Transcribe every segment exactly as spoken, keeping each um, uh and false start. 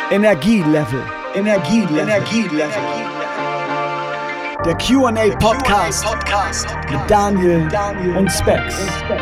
Energielevel. Energielevel. Energielevel. Der Q and A Podcast, Podcast mit Daniel, Daniel und Specs.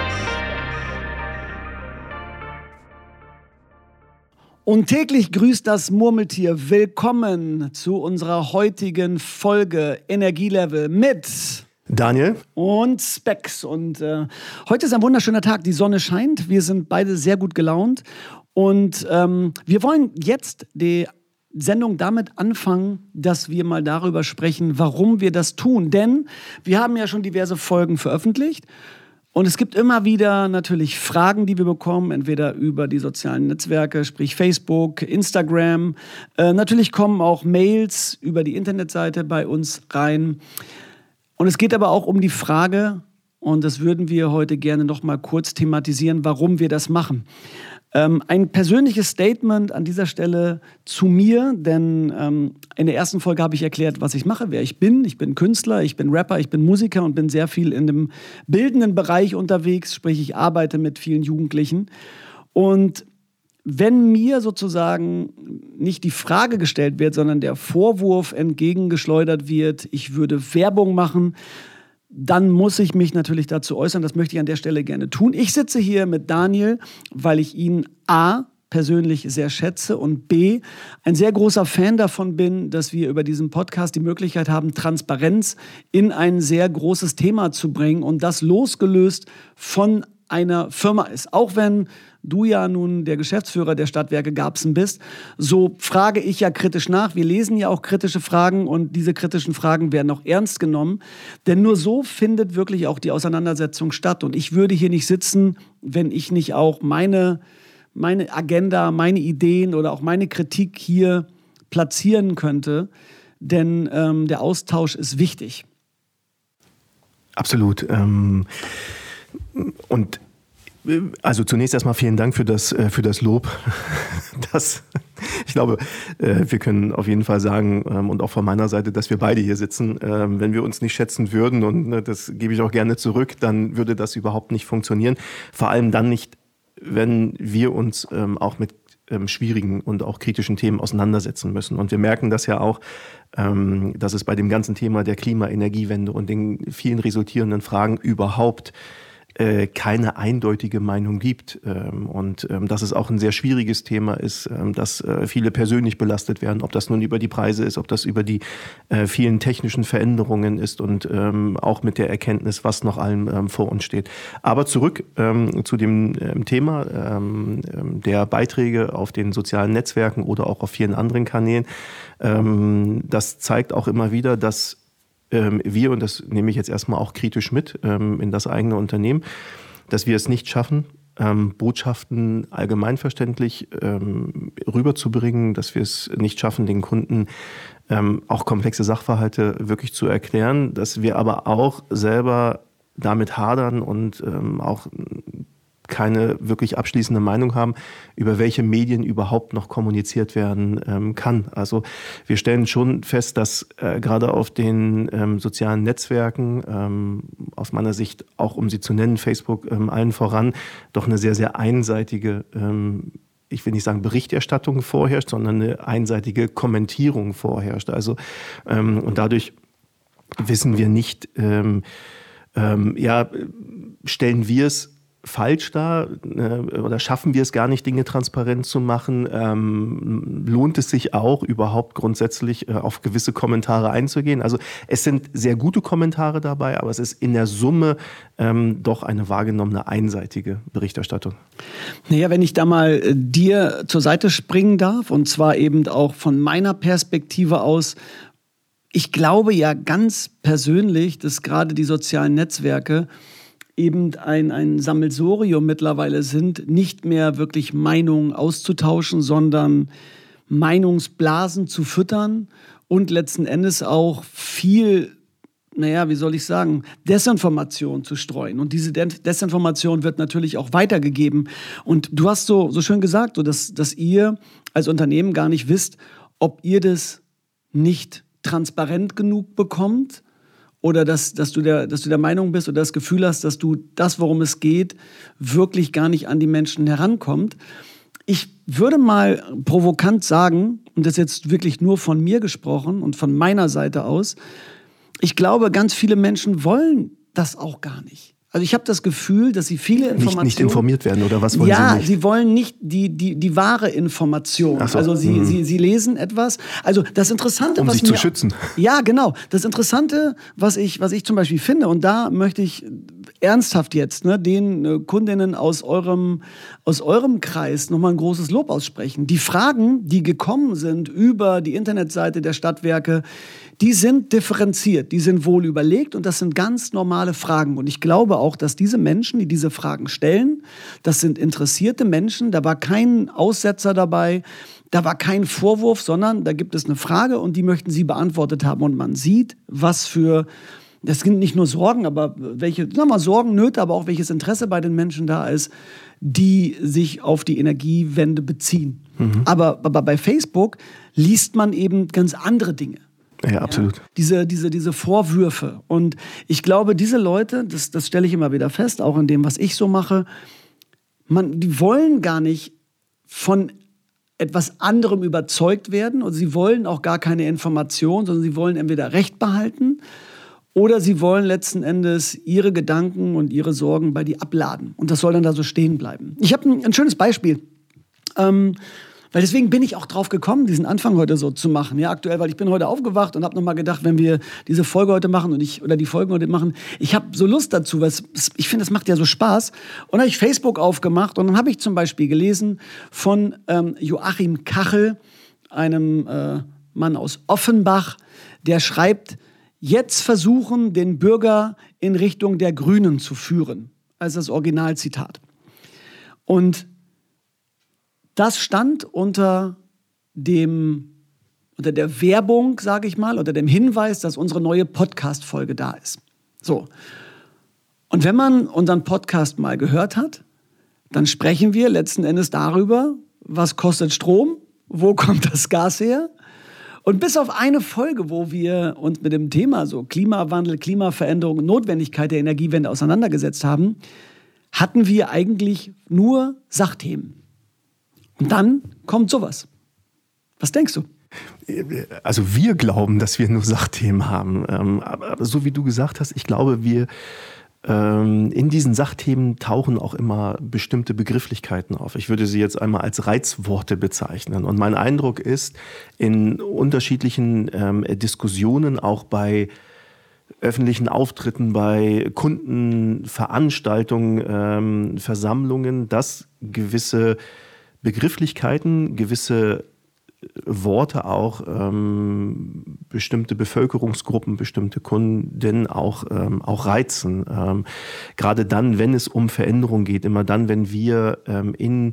Und täglich grüßt das Murmeltier. Willkommen zu unserer heutigen Folge Energielevel mit Daniel und Specs. Und äh, heute ist ein wunderschöner Tag. Die Sonne scheint. Wir sind beide sehr gut gelaunt. Und ähm, wir wollen jetzt die Sendung damit anfangen, dass wir mal darüber sprechen, warum wir das tun. Denn wir haben ja schon diverse Folgen veröffentlicht. Und es gibt immer wieder natürlich Fragen, die wir bekommen, entweder über die sozialen Netzwerke, sprich Facebook, Instagram. Äh, natürlich kommen auch Mails über die Internetseite bei uns rein. Und es geht aber auch um die Frage, und das würden wir heute gerne noch mal kurz thematisieren, warum wir das machen. Ähm, ein persönliches Statement an dieser Stelle zu mir, denn ähm, in der ersten Folge habe ich erklärt, was ich mache, wer ich bin. Ich bin Künstler, ich bin Rapper, ich bin Musiker und bin sehr viel in dem bildenden Bereich unterwegs, sprich ich arbeite mit vielen Jugendlichen. Und wenn mir sozusagen nicht die Frage gestellt wird, sondern der Vorwurf entgegengeschleudert wird, ich würde Werbung machen, dann muss ich mich natürlich dazu äußern. Das möchte ich an der Stelle gerne tun. Ich sitze hier mit Daniel, weil ich ihn A, persönlich sehr schätze und B, ein sehr großer Fan davon bin, dass wir über diesen Podcast die Möglichkeit haben, Transparenz in ein sehr großes Thema zu bringen und das losgelöst von einer Firma ist. Auch wenn du ja nun der Geschäftsführer der Stadtwerke Garbsen bist, so frage ich ja kritisch nach. Wir lesen ja auch kritische Fragen und diese kritischen Fragen werden auch ernst genommen. Denn nur so findet wirklich auch die Auseinandersetzung statt. Und ich würde hier nicht sitzen, wenn ich nicht auch meine, meine Agenda, meine Ideen oder auch meine Kritik hier platzieren könnte. Denn ähm, der Austausch ist wichtig. Absolut. Ähm Und also zunächst erstmal vielen Dank für das, für das Lob. Das, ich glaube, wir können auf jeden Fall sagen, und auch von meiner Seite, dass wir beide hier sitzen. Wenn wir uns nicht schätzen würden, und das gebe ich auch gerne zurück, dann würde das überhaupt nicht funktionieren. Vor allem dann nicht, wenn wir uns auch mit schwierigen und auch kritischen Themen auseinandersetzen müssen. Und wir merken das ja auch, dass es bei dem ganzen Thema der Klima-Energiewende und den vielen resultierenden Fragen überhaupt keine eindeutige Meinung gibt und dass es auch ein sehr schwieriges Thema ist, dass viele persönlich belastet werden, ob das nun über die Preise ist, ob das über die vielen technischen Veränderungen ist und auch mit der Erkenntnis, was noch allem vor uns steht. Aber zurück zu dem Thema der Beiträge auf den sozialen Netzwerken oder auch auf vielen anderen Kanälen. Das zeigt auch immer wieder, dass wir, und das nehme ich jetzt erstmal auch kritisch mit ähm, in das eigene Unternehmen, dass wir es nicht schaffen, ähm, Botschaften allgemeinverständlich ähm, rüberzubringen, dass wir es nicht schaffen, den Kunden ähm, auch komplexe Sachverhalte wirklich zu erklären, dass wir aber auch selber damit hadern und ähm, auch keine wirklich abschließende Meinung haben, über welche Medien überhaupt noch kommuniziert werden ähm, kann. Also wir stellen schon fest, dass äh, gerade auf den ähm, sozialen Netzwerken, ähm, aus meiner Sicht auch um sie zu nennen, Facebook ähm, allen voran, doch eine sehr, sehr einseitige, ähm, ich will nicht sagen Berichterstattung vorherrscht, sondern eine einseitige Kommentierung vorherrscht. Also ähm, und dadurch wissen wir nicht, ähm, ähm, ja, stellen wir es falsch dar äh, oder schaffen wir es gar nicht, Dinge transparent zu machen? Ähm, lohnt es sich auch überhaupt grundsätzlich äh, auf gewisse Kommentare einzugehen? Also es sind sehr gute Kommentare dabei, aber es ist in der Summe ähm, doch eine wahrgenommene einseitige Berichterstattung. Naja, wenn ich da mal äh, dir zur Seite springen darf, und zwar eben auch von meiner Perspektive aus, ich glaube ja ganz persönlich, dass gerade die sozialen Netzwerke eben ein, ein Sammelsurium mittlerweile sind, nicht mehr wirklich Meinungen auszutauschen, sondern Meinungsblasen zu füttern und letzten Endes auch viel, naja, wie soll ich sagen, Desinformation zu streuen. Und diese Desinformation wird natürlich auch weitergegeben. Und du hast so, so schön gesagt, so dass, dass ihr als Unternehmen gar nicht wisst, ob ihr das nicht transparent genug bekommt, oder dass, dass, du der, dass du der Meinung bist oder das Gefühl hast, dass du das, worum es geht, wirklich gar nicht an die Menschen herankommt. Ich würde mal provokant sagen, und das jetzt wirklich nur von mir gesprochen und von meiner Seite aus, ich glaube, ganz viele Menschen wollen das auch gar nicht. Also ich habe das Gefühl, dass sie viele Informationen... Nicht, nicht informiert werden, oder was wollen ja, sie nicht? Ja, sie wollen nicht die, die, die wahre Information. Ach so. Also sie, mhm. sie, sie lesen etwas. Also das Interessante, um was sich mir, zu schützen. Ja, genau. Das Interessante, was ich, was ich zum Beispiel finde, und da möchte ich ernsthaft jetzt ne, den äh, Kundinnen aus eurem, aus eurem Kreis nochmal ein großes Lob aussprechen. Die Fragen, die gekommen sind über die Internetseite der Stadtwerke, die sind differenziert, die sind wohl überlegt und das sind ganz normale Fragen. Und ich glaube auch, dass diese Menschen, die diese Fragen stellen, das sind interessierte Menschen, da war kein Aussetzer dabei, da war kein Vorwurf, sondern da gibt es eine Frage und die möchten sie beantwortet haben. Und man sieht, was für, das sind nicht nur Sorgen, aber welche, sagen wir mal Sorgen, Nöte, aber auch welches Interesse bei den Menschen da ist, die sich auf die Energiewende beziehen. Mhm. Aber, aber bei Facebook liest man eben ganz andere Dinge. Ja, absolut. Ja, diese, diese, diese Vorwürfe. Und ich glaube, diese Leute, das, das stelle ich immer wieder fest, auch in dem, was ich so mache, man, die wollen gar nicht von etwas anderem überzeugt werden und sie wollen auch gar keine Information, sondern sie wollen entweder Recht behalten oder sie wollen letzten Endes ihre Gedanken und ihre Sorgen bei dir abladen. Und das soll dann da so stehen bleiben. Ich habe ein, ein schönes Beispiel. Ähm, Weil deswegen bin ich auch drauf gekommen, diesen Anfang heute so zu machen. Ja, aktuell, weil ich bin heute aufgewacht und habe nochmal gedacht, wenn wir diese Folge heute machen und ich oder die Folgen heute machen, ich habe so Lust dazu, weil es, ich finde, das macht ja so Spaß. Und dann habe ich Facebook aufgemacht und dann habe ich zum Beispiel gelesen von ähm, Joachim Kachel, einem äh, Mann aus Offenbach, der schreibt, jetzt versuchen, den Bürger in Richtung der Grünen zu führen. Also das Originalzitat. Und das stand unter dem, unter der Werbung, sage ich mal, unter dem Hinweis, dass unsere neue Podcast-Folge da ist. So. Und wenn man unseren Podcast mal gehört hat, dann sprechen wir letzten Endes darüber, was kostet Strom, wo kommt das Gas her? Und bis auf eine Folge, wo wir uns mit dem Thema so Klimawandel, Klimaveränderung, Notwendigkeit der Energiewende auseinandergesetzt haben, hatten wir eigentlich nur Sachthemen. Und dann kommt sowas. Was denkst du? Also wir glauben, dass wir nur Sachthemen haben. Aber so wie du gesagt hast, ich glaube, wir in diesen Sachthemen tauchen auch immer bestimmte Begrifflichkeiten auf. Ich würde sie jetzt einmal als Reizworte bezeichnen. Und mein Eindruck ist, in unterschiedlichen Diskussionen, auch bei öffentlichen Auftritten, bei Kundenveranstaltungen, Versammlungen, dass gewisse Begrifflichkeiten, gewisse Worte auch ähm, bestimmte Bevölkerungsgruppen, bestimmte Kunden auch, ähm, auch reizen. Ähm, gerade dann, wenn es um Veränderung geht, immer dann, wenn wir ähm, in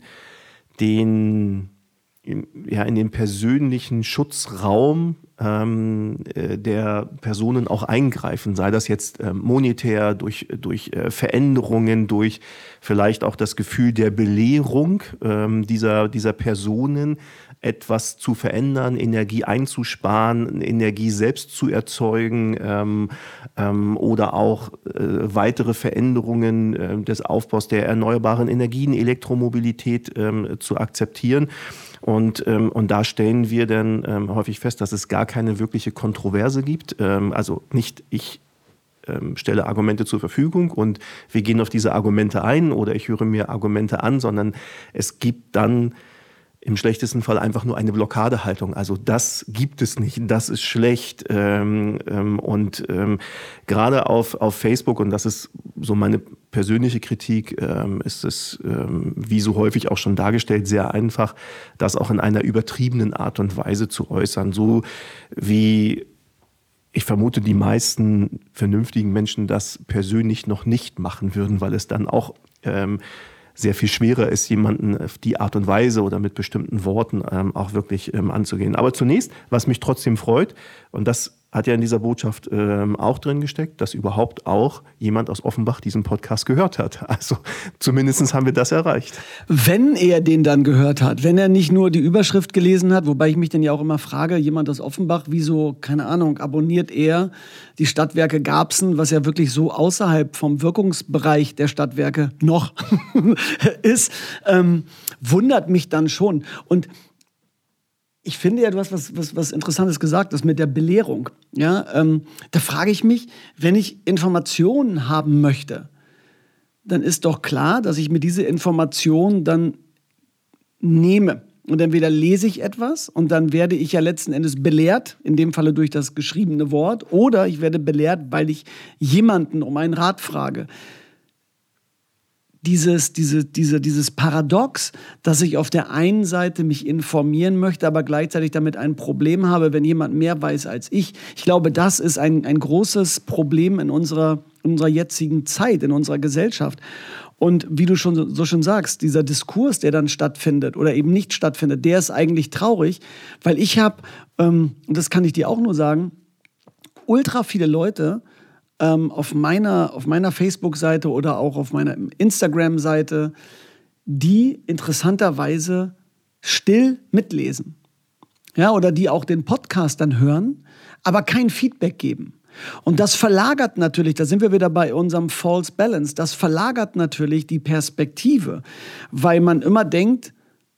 den, in, ja, in den persönlichen Schutzraum ähm, äh, der Personen auch eingreifen, sei das jetzt äh, monetär, durch, durch äh, Veränderungen, durch vielleicht auch das Gefühl der Belehrung ähm, dieser, dieser Personen, etwas zu verändern, Energie einzusparen, Energie selbst zu erzeugen ähm, ähm, oder auch äh, weitere Veränderungen äh, des Aufbaus der erneuerbaren Energien, Elektromobilität ähm, zu akzeptieren. Und, ähm, und da stellen wir dann ähm, häufig fest, dass es gar keine wirkliche Kontroverse gibt. Ähm, also nicht ich ähm, stelle Argumente zur Verfügung und wir gehen auf diese Argumente ein oder ich höre mir Argumente an, sondern es gibt dann im schlechtesten Fall einfach nur eine Blockadehaltung. Also das gibt es nicht, das ist schlecht. Ähm, ähm, und ähm, gerade auf, auf Facebook, und das ist so meine persönliche Kritik, ähm, ist es, ähm, wie so häufig auch schon dargestellt, sehr einfach, das auch in einer übertriebenen Art und Weise zu äußern. So wie ich vermute, die meisten vernünftigen Menschen das persönlich noch nicht machen würden, weil es dann auch ähm, sehr viel schwerer ist, jemanden auf die Art und Weise oder mit bestimmten Worten ähm, auch wirklich ähm, anzugehen. Aber zunächst, was mich trotzdem freut, und das hat ja in dieser Botschaft ähm, auch drin gesteckt, dass überhaupt auch jemand aus Offenbach diesen Podcast gehört hat. Also zumindest haben wir das erreicht. Wenn er den dann gehört hat, wenn er nicht nur die Überschrift gelesen hat, wobei ich mich dann ja auch immer frage, jemand aus Offenbach, wieso, keine Ahnung, abonniert er die Stadtwerke Garbsen, was ja wirklich so außerhalb vom Wirkungsbereich der Stadtwerke noch ist, ähm, wundert mich dann schon. Und ich finde ja, du hast was, was, was Interessantes gesagt, das mit der Belehrung. Ja, ähm, da frage ich mich, wenn ich Informationen haben möchte, dann ist doch klar, dass ich mir diese Informationen dann nehme. Und entweder lese ich etwas und dann werde ich ja letzten Endes belehrt, in dem Falle durch das geschriebene Wort, oder ich werde belehrt, weil ich jemanden um einen Rat frage. Dieses, diese, diese, dieses Paradox, dass ich auf der einen Seite mich informieren möchte, aber gleichzeitig damit ein Problem habe, wenn jemand mehr weiß als ich. Ich glaube, das ist ein, ein großes Problem in unserer, in unserer jetzigen Zeit, in unserer Gesellschaft. Und wie du schon so schön sagst, dieser Diskurs, der dann stattfindet oder eben nicht stattfindet, der ist eigentlich traurig, weil ich habe, ähm, und das kann ich dir auch nur sagen, ultra viele Leute, Ähm, auf meiner, auf meiner Facebook-Seite oder auch auf meiner Instagram-Seite, die interessanterweise still mitlesen. Ja, oder die auch den Podcast dann hören, aber kein Feedback geben. Und das verlagert natürlich, da sind wir wieder bei unserem False Balance, das verlagert natürlich die Perspektive, weil man immer denkt,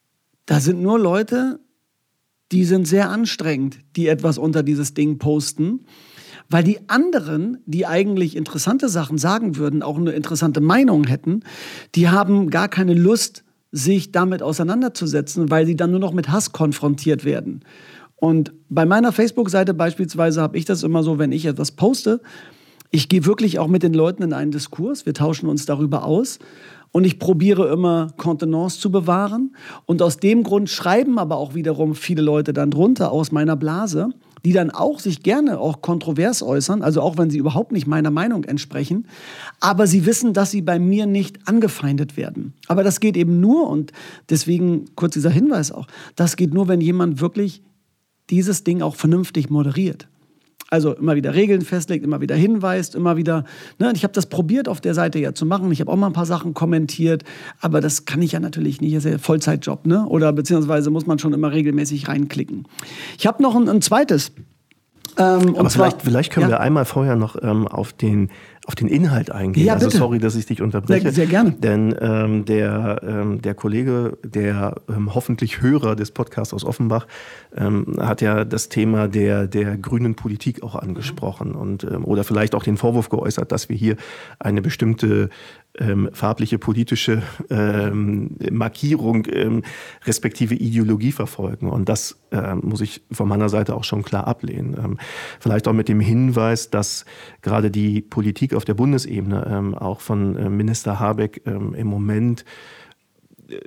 da sind nur Leute, die sind sehr anstrengend, die etwas unter dieses Ding posten. Weil die anderen, die eigentlich interessante Sachen sagen würden, auch eine interessante Meinung hätten, die haben gar keine Lust, sich damit auseinanderzusetzen, weil sie dann nur noch mit Hass konfrontiert werden. Und bei meiner Facebook-Seite beispielsweise habe ich das immer so, wenn ich etwas poste, ich gehe wirklich auch mit den Leuten in einen Diskurs, wir tauschen uns darüber aus und ich probiere immer Kontenance zu bewahren. Und aus dem Grund schreiben aber auch wiederum viele Leute dann drunter aus meiner Blase, die dann auch sich gerne auch kontrovers äußern, also auch wenn sie überhaupt nicht meiner Meinung entsprechen, aber sie wissen, dass sie bei mir nicht angefeindet werden. Aber das geht eben nur, und deswegen kurz dieser Hinweis auch, das geht nur, wenn jemand wirklich dieses Ding auch vernünftig moderiert. Also immer wieder Regeln festlegt, immer wieder hinweist, immer wieder, ne, ich habe das probiert auf der Seite ja zu machen, ich habe auch mal ein paar Sachen kommentiert, aber das kann ich ja natürlich nicht, das ist ja Vollzeitjob, ne? Oder beziehungsweise muss man schon immer regelmäßig reinklicken. Ich habe noch ein, ein zweites. Ähm, aber und zwar, vielleicht, vielleicht können ja. wir einmal vorher noch ähm, auf den auf den Inhalt eingehen. Ja, also bitte. Sorry, dass ich dich unterbreche. Sehr, sehr gerne. Denn ähm, der, ähm, der Kollege, der ähm, hoffentlich Hörer des Podcasts aus Offenbach, ähm, hat ja das Thema der, der grünen Politik auch angesprochen. Und, ähm, oder vielleicht auch den Vorwurf geäußert, dass wir hier eine bestimmte ähm, farbliche politische ähm, Markierung ähm, respektive Ideologie verfolgen. Und das ähm, muss ich von meiner Seite auch schon klar ablehnen. Ähm, vielleicht auch mit dem Hinweis, dass gerade die Politik auf der Bundesebene, ähm, auch von äh, Minister Habeck ähm, im Moment äh,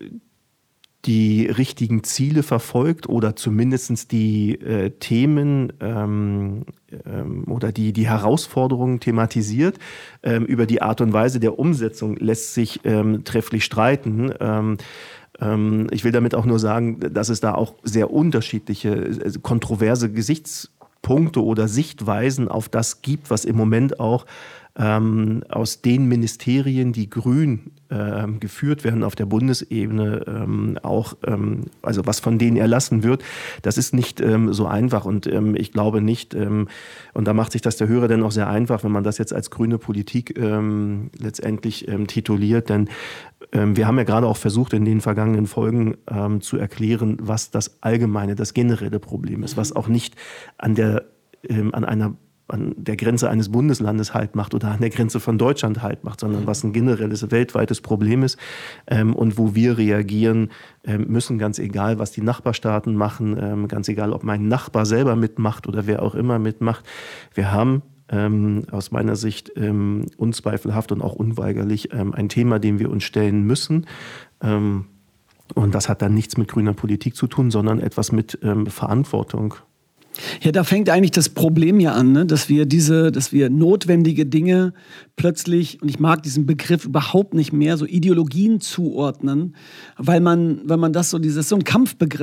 die richtigen Ziele verfolgt oder zumindest die äh, Themen ähm, ähm, oder die, die Herausforderungen thematisiert. Ähm, über die Art und Weise der Umsetzung lässt sich ähm, trefflich streiten. Ähm, ähm, ich will damit auch nur sagen, dass es da auch sehr unterschiedliche, äh, kontroverse Gesichtspunkte oder Sichtweisen auf das gibt, was im Moment auch ähm, aus den Ministerien, die grün ähm, geführt werden auf der Bundesebene, ähm, auch, ähm, also was von denen erlassen wird, das ist nicht ähm, so einfach. Und ähm, ich glaube nicht, ähm, und da macht sich das der Hörer dann auch sehr einfach, wenn man das jetzt als grüne Politik ähm, letztendlich ähm, tituliert. Denn ähm, wir haben ja gerade auch versucht, in den vergangenen Folgen ähm, zu erklären, was das allgemeine, das generelle Problem ist, was auch nicht an der, ähm, an einer an der Grenze eines Bundeslandes Halt macht oder an der Grenze von Deutschland Halt macht, sondern was ein generelles, weltweites Problem ist ähm, und wo wir reagieren ähm, müssen, ganz egal, was die Nachbarstaaten machen, ähm, ganz egal, ob mein Nachbar selber mitmacht oder wer auch immer mitmacht. Wir haben ähm, aus meiner Sicht ähm, unzweifelhaft und auch unweigerlich ähm, ein Thema, dem wir uns stellen müssen. Ähm, und das hat dann nichts mit grüner Politik zu tun, sondern etwas mit ähm, Verantwortung. Ja, da fängt eigentlich das Problem ja an, ne? dass wir diese, dass wir notwendige Dinge plötzlich, und ich mag diesen Begriff überhaupt nicht mehr, so Ideologien zuordnen, weil man, weil man das so, dieses so ein Kampfbegriff,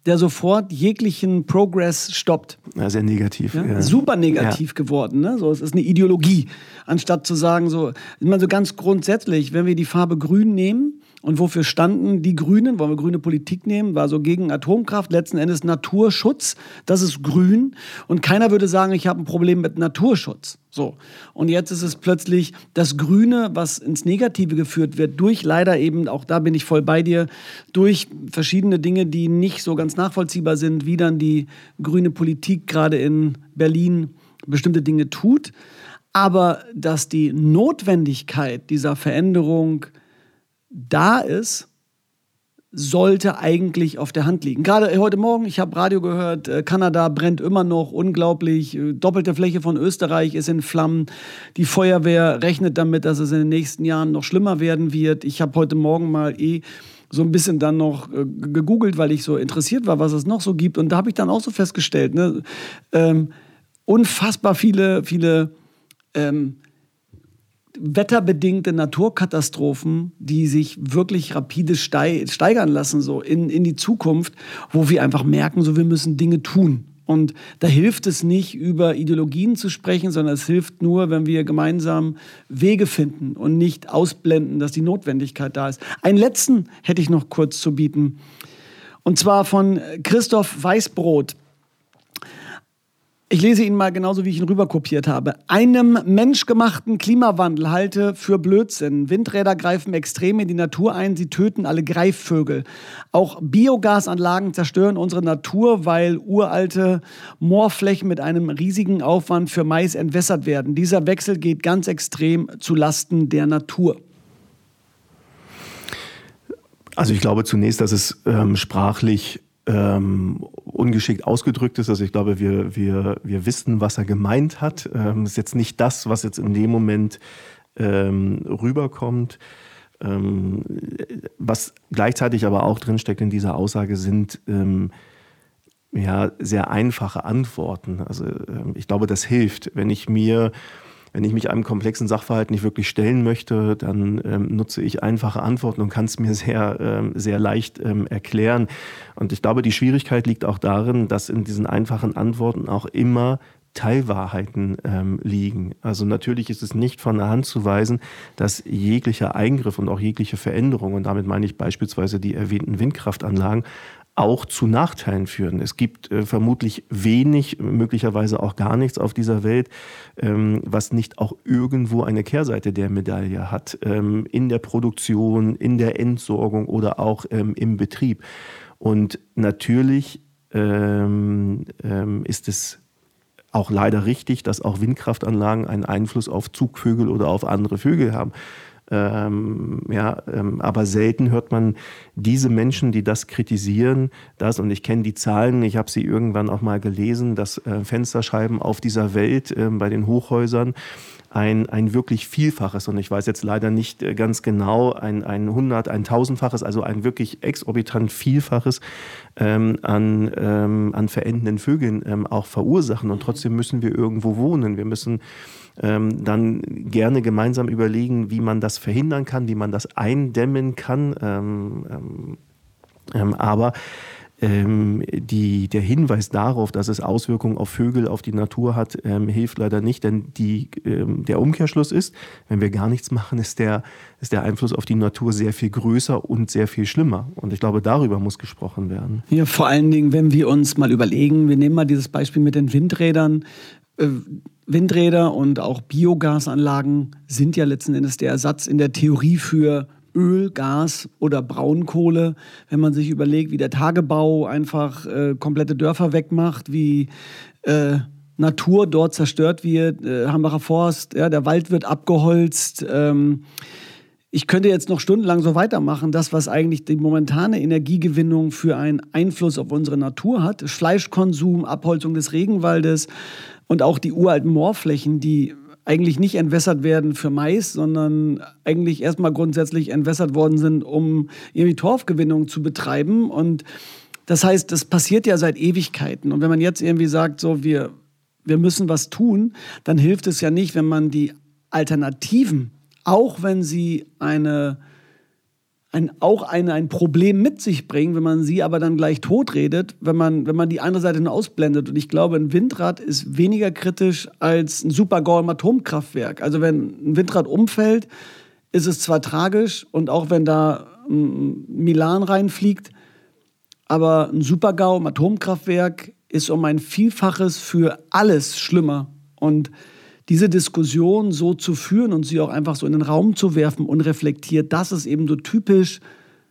der sofort jeglichen Progress stoppt. Ja, sehr negativ. Ja? Ja. Super negativ ja. geworden. Ne? So, es ist eine Ideologie, anstatt zu sagen, so, ich meine, so ganz grundsätzlich, wenn wir die Farbe Grün nehmen, und wofür standen die Grünen? Wollen wir grüne Politik nehmen? War so gegen Atomkraft, letzten Endes Naturschutz. Das ist grün. Und keiner würde sagen, ich habe ein Problem mit Naturschutz. So. Und jetzt ist es plötzlich das Grüne, was ins Negative geführt wird, durch leider eben, auch da bin ich voll bei dir, durch verschiedene Dinge, die nicht so ganz nachvollziehbar sind, wie dann die grüne Politik gerade in Berlin bestimmte Dinge tut. Aber dass die Notwendigkeit dieser Veränderung da ist, sollte eigentlich auf der Hand liegen. Gerade heute Morgen, ich habe Radio gehört, Kanada brennt immer noch, unglaublich. Doppelte Fläche von Österreich ist in Flammen. Die Feuerwehr rechnet damit, dass es in den nächsten Jahren noch schlimmer werden wird. Ich habe heute Morgen mal eh so ein bisschen dann noch äh, gegoogelt, weil ich so interessiert war, was es noch so gibt. Und da habe ich dann auch so festgestellt, ne, ähm, unfassbar viele, viele ähm, wetterbedingte Naturkatastrophen, die sich wirklich rapide steigern lassen, so in, in die Zukunft, wo wir einfach merken, so wir müssen Dinge tun. Und da hilft es nicht, über Ideologien zu sprechen, sondern es hilft nur, wenn wir gemeinsam Wege finden und nicht ausblenden, dass die Notwendigkeit da ist. Einen letzten hätte ich noch kurz zu bieten. Und zwar von Christoph Weißbrot. Ich lese ihn mal genauso, wie ich ihn rüberkopiert habe. Einem menschgemachten Klimawandel halte für Blödsinn. Windräder greifen extrem in die Natur ein, sie töten alle Greifvögel. Auch Biogasanlagen zerstören unsere Natur, weil uralte Moorflächen mit einem riesigen Aufwand für Mais entwässert werden. Dieser Wechsel geht ganz extrem zu Lasten der Natur. Also ich glaube zunächst, dass es ähm, sprachlich Ähm, ungeschickt ausgedrückt ist. Also ich glaube, wir, wir, wir wissen, was er gemeint hat. Ähm, ist jetzt nicht das, was jetzt in dem Moment ähm, rüberkommt. Ähm, was gleichzeitig aber auch drinsteckt in dieser Aussage sind ähm, ja, sehr einfache Antworten. Also ähm, ich glaube, das hilft. Wenn ich mir Wenn ich mich einem komplexen Sachverhalt nicht wirklich stellen möchte, dann ähm, nutze ich einfache Antworten und kann es mir sehr, ähm, sehr leicht ähm, erklären. Und ich glaube, die Schwierigkeit liegt auch darin, dass in diesen einfachen Antworten auch immer Teilwahrheiten ähm, liegen. Also natürlich ist es nicht von der Hand zu weisen, dass jeglicher Eingriff und auch jegliche Veränderung, und damit meine ich beispielsweise die erwähnten Windkraftanlagen, auch zu Nachteilen führen. Es gibt äh, vermutlich wenig, möglicherweise auch gar nichts auf dieser Welt, ähm, was nicht auch irgendwo eine Kehrseite der Medaille hat. Ähm, in der Produktion, in der Entsorgung oder auch ähm, im Betrieb. Und natürlich ähm, ähm, ist es auch leider richtig, dass auch Windkraftanlagen einen Einfluss auf Zugvögel oder auf andere Vögel haben. Ähm, ja, ähm, aber selten hört man diese Menschen, die das kritisieren, das, und ich kenne die Zahlen, ich habe sie irgendwann auch mal gelesen, dass äh, Fensterscheiben auf dieser Welt äh, bei den Hochhäusern ein, ein wirklich Vielfaches, und ich weiß jetzt leider nicht äh, ganz genau, ein, ein hundert, ein tausendfaches, also ein wirklich exorbitant Vielfaches ähm, an, ähm, an verendenden Vögeln ähm, auch verursachen, und trotzdem müssen wir irgendwo wohnen. Wir müssen ähm, dann gerne gemeinsam überlegen, wie man das verhindern kann, wie man das eindämmen kann, ähm, ähm, ähm, aber Ähm, die, der Hinweis darauf, dass es Auswirkungen auf Vögel, auf die Natur hat, ähm, hilft leider nicht, denn die, ähm, der Umkehrschluss ist, wenn wir gar nichts machen, ist der, ist der Einfluss auf die Natur sehr viel größer und sehr viel schlimmer. Und ich glaube, darüber muss gesprochen werden. Ja, vor allen Dingen, wenn wir uns mal überlegen, wir nehmen mal dieses Beispiel mit den Windrädern. Äh, Windräder und auch Biogasanlagen sind ja letzten Endes der Ersatz in der Theorie für Öl, Gas oder Braunkohle, wenn man sich überlegt, wie der Tagebau einfach äh, komplette Dörfer wegmacht, wie äh, Natur dort zerstört wird, äh, Hambacher Forst, ja, der Wald wird abgeholzt. Ähm, ich könnte jetzt noch stundenlang so weitermachen. Das, was eigentlich die momentane Energiegewinnung für einen Einfluss auf unsere Natur hat, Fleischkonsum, Abholzung des Regenwaldes und auch die uralten Moorflächen, die eigentlich nicht entwässert werden für Mais, sondern eigentlich erstmal grundsätzlich entwässert worden sind, um irgendwie Torfgewinnung zu betreiben. Und das heißt, das passiert ja seit Ewigkeiten. Und wenn man jetzt irgendwie sagt, so wir, wir müssen was tun, dann hilft es ja nicht, wenn man die Alternativen, auch wenn sie eine ein, auch ein, ein Problem mit sich bringen, wenn man sie aber dann gleich totredet, wenn man, wenn man die andere Seite nur ausblendet. Und ich glaube, ein Windrad ist weniger kritisch als ein Super-GAU im Atomkraftwerk. Also wenn ein Windrad umfällt, ist es zwar tragisch und auch wenn da ein Milan reinfliegt, aber ein Super-GAU im Atomkraftwerk ist um ein Vielfaches für alles schlimmer. Und diese Diskussion so zu führen und sie auch einfach so in den Raum zu werfen, unreflektiert, das ist eben so typisch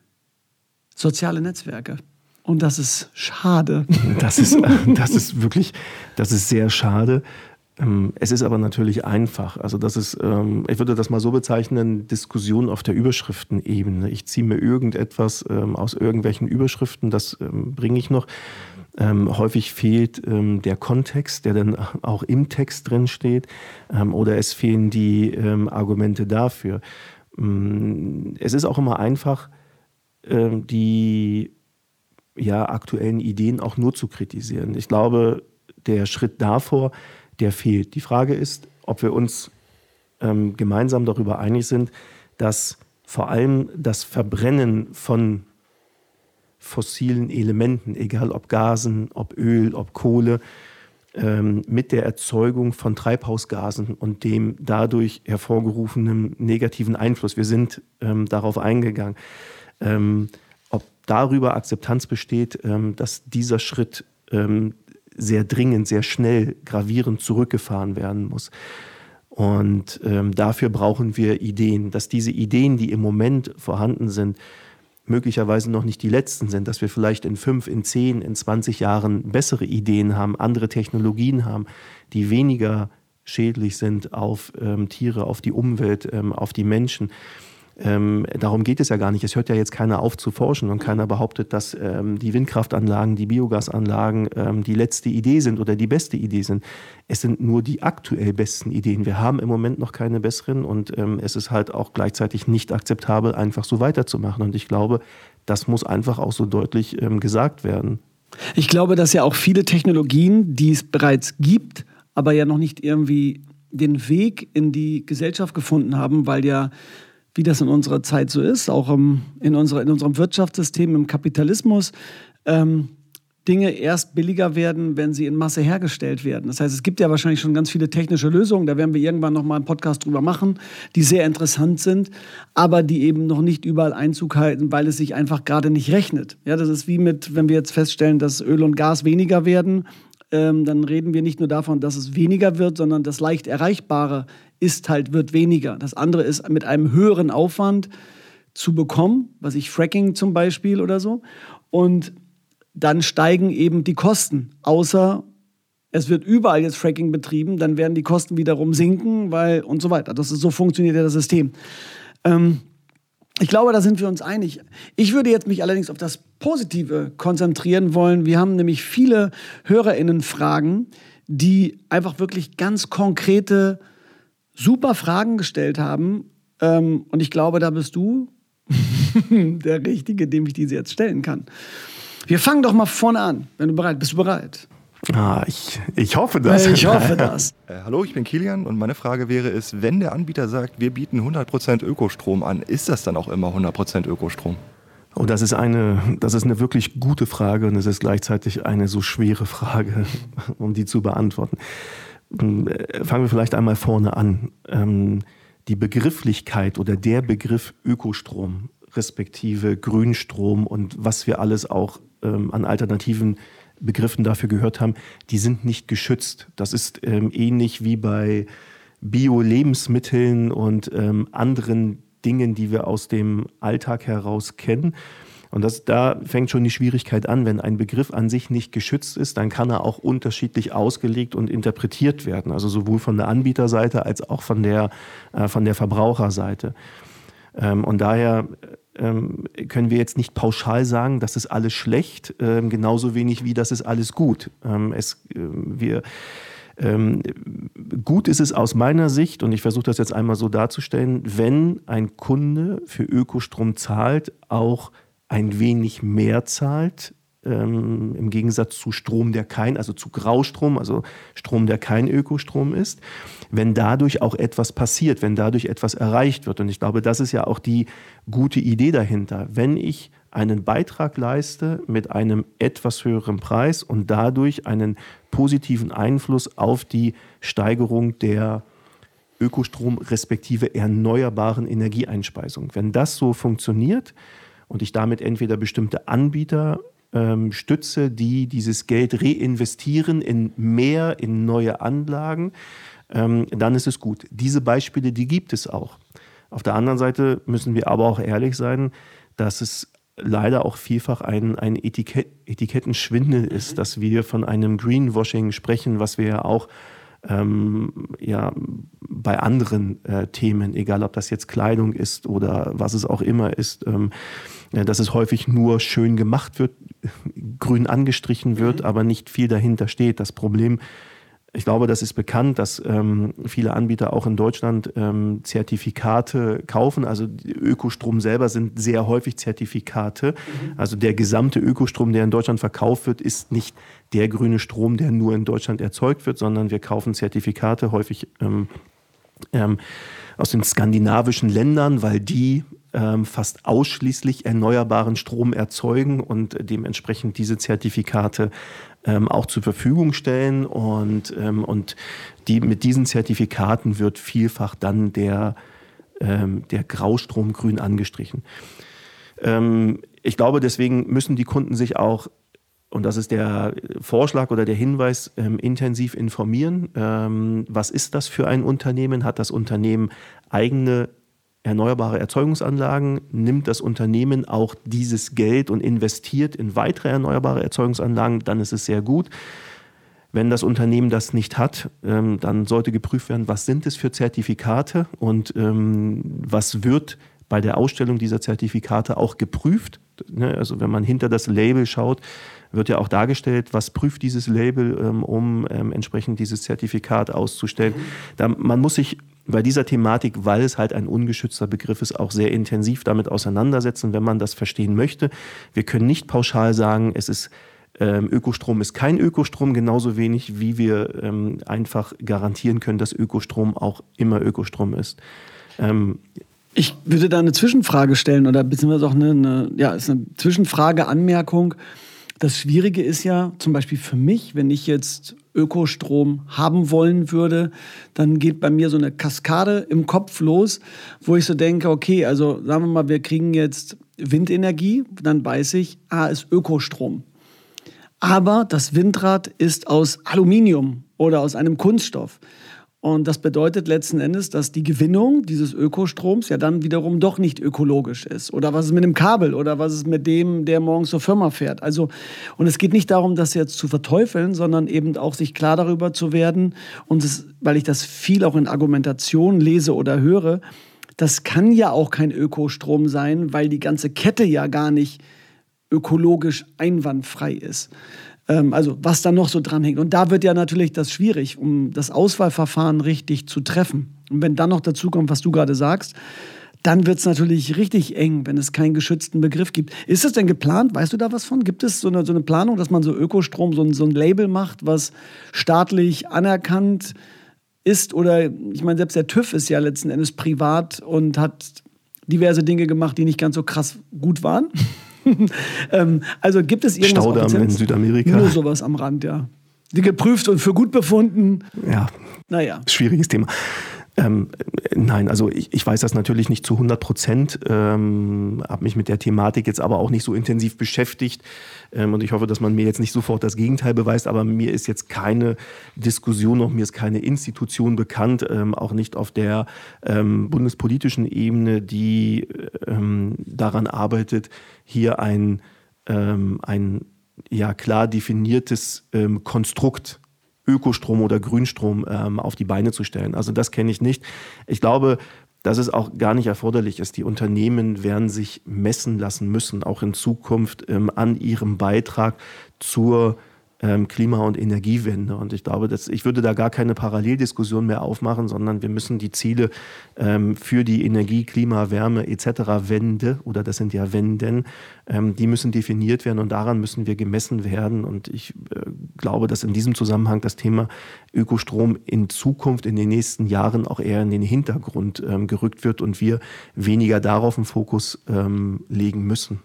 soziale Netzwerke. Und das ist schade. Das ist, das ist wirklich, das ist sehr schade. Es ist aber natürlich einfach. Also das ist, ich würde das mal so bezeichnen, Diskussion auf der Überschriftenebene. Ich ziehe mir irgendetwas aus irgendwelchen Überschriften, das bringe ich noch. Ähm, häufig fehlt ähm, der Kontext, der dann auch im Text drin steht, ähm, oder es fehlen die ähm, Argumente dafür. Ähm, es ist auch immer einfach, ähm, die ja, aktuellen Ideen auch nur zu kritisieren. Ich glaube, der Schritt davor, der fehlt. Die Frage ist, ob wir uns ähm, gemeinsam darüber einig sind, dass vor allem das Verbrennen von fossilen Elementen, egal ob Gasen, ob Öl, ob Kohle, ähm, mit der Erzeugung von Treibhausgasen und dem dadurch hervorgerufenen negativen Einfluss, wir sind ähm, darauf eingegangen, ähm, ob darüber Akzeptanz besteht, ähm, dass dieser Schritt ähm, sehr dringend, sehr schnell, gravierend zurückgefahren werden muss. Und ähm, dafür brauchen wir Ideen, dass diese Ideen, die im Moment vorhanden sind, möglicherweise noch nicht die letzten sind, dass wir vielleicht in fünf, in zehn, in zwanzig Jahren bessere Ideen haben, andere Technologien haben, die weniger schädlich sind auf ähm, Tiere, auf die Umwelt, ähm, auf die Menschen. Ähm, darum geht es ja gar nicht. Es hört ja jetzt keiner auf zu forschen und keiner behauptet, dass ähm, die Windkraftanlagen, die Biogasanlagen ähm, die letzte Idee sind oder die beste Idee sind. Es sind nur die aktuell besten Ideen. Wir haben im Moment noch keine besseren und ähm, es ist halt auch gleichzeitig nicht akzeptabel, einfach so weiterzumachen. Und ich glaube, das muss einfach auch so deutlich ähm, gesagt werden. Ich glaube, dass ja auch viele Technologien, die es bereits gibt, aber ja noch nicht irgendwie den Weg in die Gesellschaft gefunden haben, weil ja, wie das in unserer Zeit so ist, auch im, in, unserer, in unserem Wirtschaftssystem, im Kapitalismus, ähm, Dinge erst billiger werden, wenn sie in Masse hergestellt werden. Das heißt, es gibt ja wahrscheinlich schon ganz viele technische Lösungen, da werden wir irgendwann noch mal einen Podcast drüber machen, die sehr interessant sind, aber die eben noch nicht überall Einzug halten, weil es sich einfach gerade nicht rechnet. Ja, das ist wie mit, wenn wir jetzt feststellen, dass Öl und Gas weniger werden, ähm, dann reden wir nicht nur davon, dass es weniger wird, sondern das leicht Erreichbare ist halt, wird weniger. Das andere ist mit einem höheren Aufwand zu bekommen, was ich Fracking zum Beispiel oder so. Und dann steigen eben die Kosten. Außer es wird überall jetzt Fracking betrieben, dann werden die Kosten wiederum sinken, weil und so weiter. Das ist, so funktioniert ja das System. Ähm, ich glaube, da sind wir uns einig. Ich würde jetzt mich allerdings auf das Positive konzentrieren wollen. Wir haben nämlich viele HörerInnen-Fragen, die einfach wirklich ganz konkrete super Fragen gestellt haben. Ähm, und ich glaube, da bist du der Richtige, dem ich diese jetzt stellen kann. Wir fangen doch mal vorne an, wenn du bereit bist. Bist du bereit? Ah, ich, ich hoffe das. Ich hoffe das. Äh, hallo, ich bin Kilian und meine Frage wäre ist, wenn der Anbieter sagt, wir bieten hundert Prozent Ökostrom an, ist das dann auch immer hundert Prozent Ökostrom? Oh, das ist eine, das ist eine wirklich gute Frage und es ist gleichzeitig eine so schwere Frage, um die zu beantworten. Fangen wir vielleicht einmal vorne an. Ähm, die Begrifflichkeit oder der Begriff Ökostrom, respektive Grünstrom und was wir alles auch ähm, an alternativen Begriffen dafür gehört haben, die sind nicht geschützt. Das ist ähm, ähnlich wie bei Bio-Lebensmitteln und ähm, anderen Dingen, die wir aus dem Alltag heraus kennen. Und das, da fängt schon die Schwierigkeit an. Wenn ein Begriff an sich nicht geschützt ist, dann kann er auch unterschiedlich ausgelegt und interpretiert werden. Also sowohl von der Anbieterseite als auch von der, äh, von der Verbraucherseite. Ähm, und daher ähm, können wir jetzt nicht pauschal sagen, das ist alles schlecht, ähm, genauso wenig wie das ist alles gut. Ähm, es, äh, wir, ähm, gut ist es aus meiner Sicht, und ich versuche das jetzt einmal so darzustellen, wenn ein Kunde für Ökostrom zahlt, auch ein wenig mehr zahlt ähm, im Gegensatz zu Strom, der kein, also zu Graustrom, also Strom, der kein Ökostrom ist, wenn dadurch auch etwas passiert, wenn dadurch etwas erreicht wird. Und ich glaube, das ist ja auch die gute Idee dahinter. Wenn ich einen Beitrag leiste mit einem etwas höheren Preis und dadurch einen positiven Einfluss auf die Steigerung der Ökostrom respektive erneuerbaren Energieeinspeisung. Wenn das so funktioniert und ich damit entweder bestimmte Anbieter ähm, stütze, die dieses Geld reinvestieren in mehr, in neue Anlagen, ähm, dann ist es gut. Diese Beispiele, die gibt es auch. Auf der anderen Seite müssen wir aber auch ehrlich sein, dass es leider auch vielfach ein, ein Etikett, Etikettenschwindel ist, dass wir von einem Greenwashing sprechen, was wir ja auch ähm, ja, bei anderen äh, Themen, egal ob das jetzt Kleidung ist oder was es auch immer ist, ähm, ja, dass es häufig nur schön gemacht wird, grün angestrichen wird, mhm. aber nicht viel dahinter steht. Das Problem, ich glaube, das ist bekannt, dass ähm, viele Anbieter auch in Deutschland ähm, Zertifikate kaufen. Also Ökostrom selber sind sehr häufig Zertifikate. Mhm. Also der gesamte Ökostrom, der in Deutschland verkauft wird, ist nicht der grüne Strom, der nur in Deutschland erzeugt wird, sondern wir kaufen Zertifikate häufig ähm, ähm, aus den skandinavischen Ländern, weil die ähm, fast ausschließlich erneuerbaren Strom erzeugen und dementsprechend diese Zertifikate ähm, auch zur Verfügung stellen. Und, ähm, und die, mit diesen Zertifikaten wird vielfach dann der, ähm, der Graustrom grün angestrichen. Ähm, ich glaube, deswegen müssen die Kunden sich auch, und das ist der Vorschlag oder der Hinweis, ähm, intensiv informieren. Ähm, was ist das für ein Unternehmen? Hat das Unternehmen eigene erneuerbare Erzeugungsanlagen? Nimmt das Unternehmen auch dieses Geld und investiert in weitere erneuerbare Erzeugungsanlagen? Dann ist es sehr gut. Wenn das Unternehmen das nicht hat, ähm, dann sollte geprüft werden, was sind es für Zertifikate und ähm, was wird bei der Ausstellung dieser Zertifikate auch geprüft. Also wenn man hinter das Label schaut, wird ja auch dargestellt, was prüft dieses Label, ähm, um ähm, entsprechend dieses Zertifikat auszustellen. Mhm. Da, man muss sich bei dieser Thematik, weil es halt ein ungeschützter Begriff ist, auch sehr intensiv damit auseinandersetzen, wenn man das verstehen möchte. Wir können nicht pauschal sagen, es ist ähm, Ökostrom ist kein Ökostrom, genauso wenig wie wir ähm, einfach garantieren können, dass Ökostrom auch immer Ökostrom ist. Ähm, Ich würde da eine Zwischenfrage stellen oder beziehungsweise auch eine, eine, ja, ist eine Zwischenfrage, Anmerkung. Das Schwierige ist ja zum Beispiel für mich, wenn ich jetzt Ökostrom haben wollen würde, dann geht bei mir so eine Kaskade im Kopf los, wo ich so denke, okay, also sagen wir mal, wir kriegen jetzt Windenergie, dann weiß ich, ah, ist Ökostrom. Aber das Windrad ist aus Aluminium oder aus einem Kunststoff. Und das bedeutet letzten Endes, dass die Gewinnung dieses Ökostroms ja dann wiederum doch nicht ökologisch ist. Oder was ist mit dem Kabel? Oder was ist mit dem, der morgens zur Firma fährt? Also, und es geht nicht darum, das jetzt zu verteufeln, sondern eben auch sich klar darüber zu werden. Und es, weil ich das viel auch in Argumentation lese oder höre, das kann ja auch kein Ökostrom sein, weil die ganze Kette ja gar nicht ökologisch einwandfrei ist. Also was da noch so dranhängt. Und da wird ja natürlich das schwierig, um das Auswahlverfahren richtig zu treffen. Und wenn dann noch dazu kommt, was du gerade sagst, dann wird es natürlich richtig eng, wenn es keinen geschützten Begriff gibt. Ist das denn geplant? Weißt du da was von? Gibt es so eine, so eine Planung, dass man so Ökostrom, so ein, so ein Label macht, was staatlich anerkannt ist? Oder ich meine, selbst der TÜV ist ja letzten Endes privat und hat diverse Dinge gemacht, die nicht ganz so krass gut waren. ähm, also gibt es irgendwas Staudamm in Südamerika? Nur sowas am Rand, ja. Die geprüft und für gut befunden. Ja, naja. Schwieriges Thema. Ähm, nein, also ich, ich weiß das natürlich nicht zu hundert Prozent, ähm, habe mich mit der Thematik jetzt aber auch nicht so intensiv beschäftigt ähm, und ich hoffe, dass man mir jetzt nicht sofort das Gegenteil beweist, aber mir ist jetzt keine Diskussion, noch mir ist keine Institution bekannt, ähm, auch nicht auf der ähm, bundespolitischen Ebene, die ähm, daran arbeitet, hier ein, ähm, ein ja, klar definiertes ähm, Konstrukt Ökostrom oder Grünstrom ähm, auf die Beine zu stellen. Also das kenne ich nicht. Ich glaube, dass es auch gar nicht erforderlich ist. Die Unternehmen werden sich messen lassen müssen, auch in Zukunft ähm, an ihrem Beitrag zur ähm, Klima- und Energiewende. Und ich glaube, dass, ich würde da gar keine Paralleldiskussion mehr aufmachen, sondern wir müssen die Ziele ähm, für die Energie, Klima, Wärme et cetera Wende, oder das sind ja Wenden, ähm, die müssen definiert werden und daran müssen wir gemessen werden. Und ich äh, glaube, dass in diesem Zusammenhang das Thema Ökostrom in Zukunft, in den nächsten Jahren auch eher in den Hintergrund ähm, gerückt wird und wir weniger darauf einen Fokus ähm, legen müssen.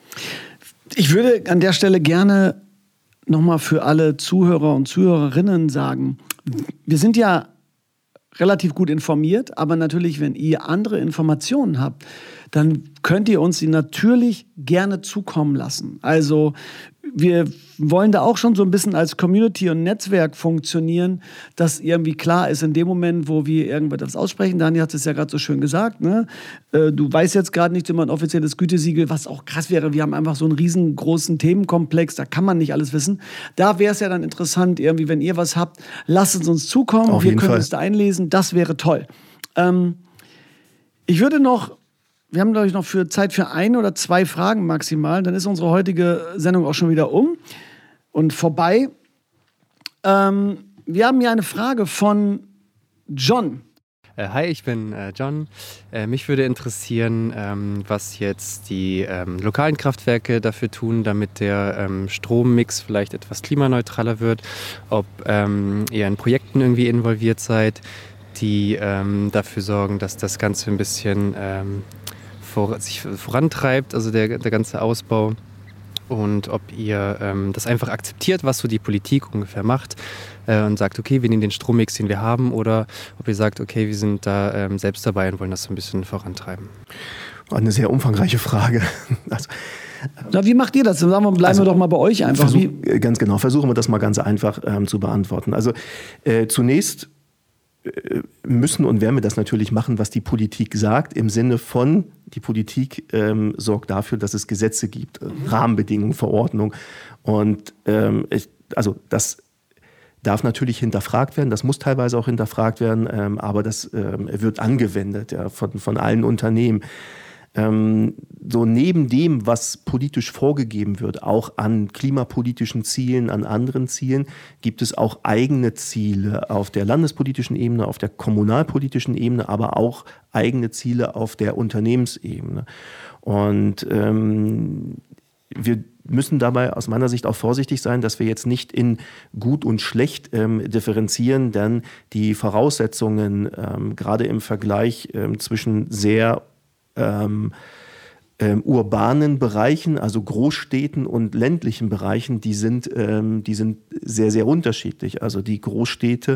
Ich würde an der Stelle gerne nochmal für alle Zuhörer und Zuhörerinnen sagen, wir sind ja relativ gut informiert, aber natürlich, wenn ihr andere Informationen habt, dann könnt ihr uns sie natürlich gerne zukommen lassen. Also wir wollen da auch schon so ein bisschen als Community und Netzwerk funktionieren, dass irgendwie klar ist, in dem Moment, wo wir irgendwas aussprechen, Daniel hat es ja gerade so schön gesagt, ne? äh, du weißt jetzt gerade nicht immer ein offizielles Gütesiegel, was auch krass wäre, wir haben einfach so einen riesengroßen Themenkomplex, da kann man nicht alles wissen. Da wäre es ja dann interessant, irgendwie, wenn ihr was habt, lasst es uns zukommen, Auf wir jeden können Fall. uns da einlesen, das wäre toll. Ähm, ich würde noch Wir haben, glaube ich, noch für Zeit für ein oder zwei Fragen maximal. Dann ist unsere heutige Sendung auch schon wieder um und vorbei. Ähm, wir haben hier eine Frage von John. Äh, hi, ich bin äh, John. Äh, mich würde interessieren, ähm, was jetzt die ähm, lokalen Kraftwerke dafür tun, damit der ähm, Strommix vielleicht etwas klimaneutraler wird. Ob ähm, ihr in Projekten irgendwie involviert seid, die ähm, dafür sorgen, dass das Ganze ein bisschen ähm, vor, sich vorantreibt, also der, der ganze Ausbau. Und ob ihr ähm, das einfach akzeptiert, was so die Politik ungefähr macht äh, und sagt, okay, wir nehmen den Strommix, den wir haben, oder ob ihr sagt, okay, wir sind da ähm, selbst dabei und wollen das so ein bisschen vorantreiben. Eine sehr umfangreiche Frage. Also, Na, wie macht ihr das? Sagen wir, bleiben also, wir doch mal bei euch einfach. Versuch, wie? Ganz genau, versuchen wir das mal ganz einfach ähm, zu beantworten. Also äh, zunächst müssen und werden wir das natürlich machen, was die Politik sagt, im Sinne von, die Politik ähm, sorgt dafür, dass es Gesetze gibt, mhm. Rahmenbedingungen, Verordnungen. Und ähm, ich, also das darf natürlich hinterfragt werden, das muss teilweise auch hinterfragt werden, ähm, aber das ähm, wird angewendet ja, von, von allen Unternehmen. Ähm, so neben dem, was politisch vorgegeben wird, auch an klimapolitischen Zielen, an anderen Zielen, gibt es auch eigene Ziele auf der landespolitischen Ebene, auf der kommunalpolitischen Ebene, aber auch eigene Ziele auf der Unternehmensebene. Und ähm, wir müssen dabei aus meiner Sicht auch vorsichtig sein, dass wir jetzt nicht in gut und schlecht ähm, differenzieren, denn die Voraussetzungen, ähm, gerade im Vergleich ähm, zwischen sehr Ähm, ähm, urbanen Bereichen, also Großstädten und ländlichen Bereichen, die sind, ähm, die sind sehr, sehr unterschiedlich. Also die Großstädte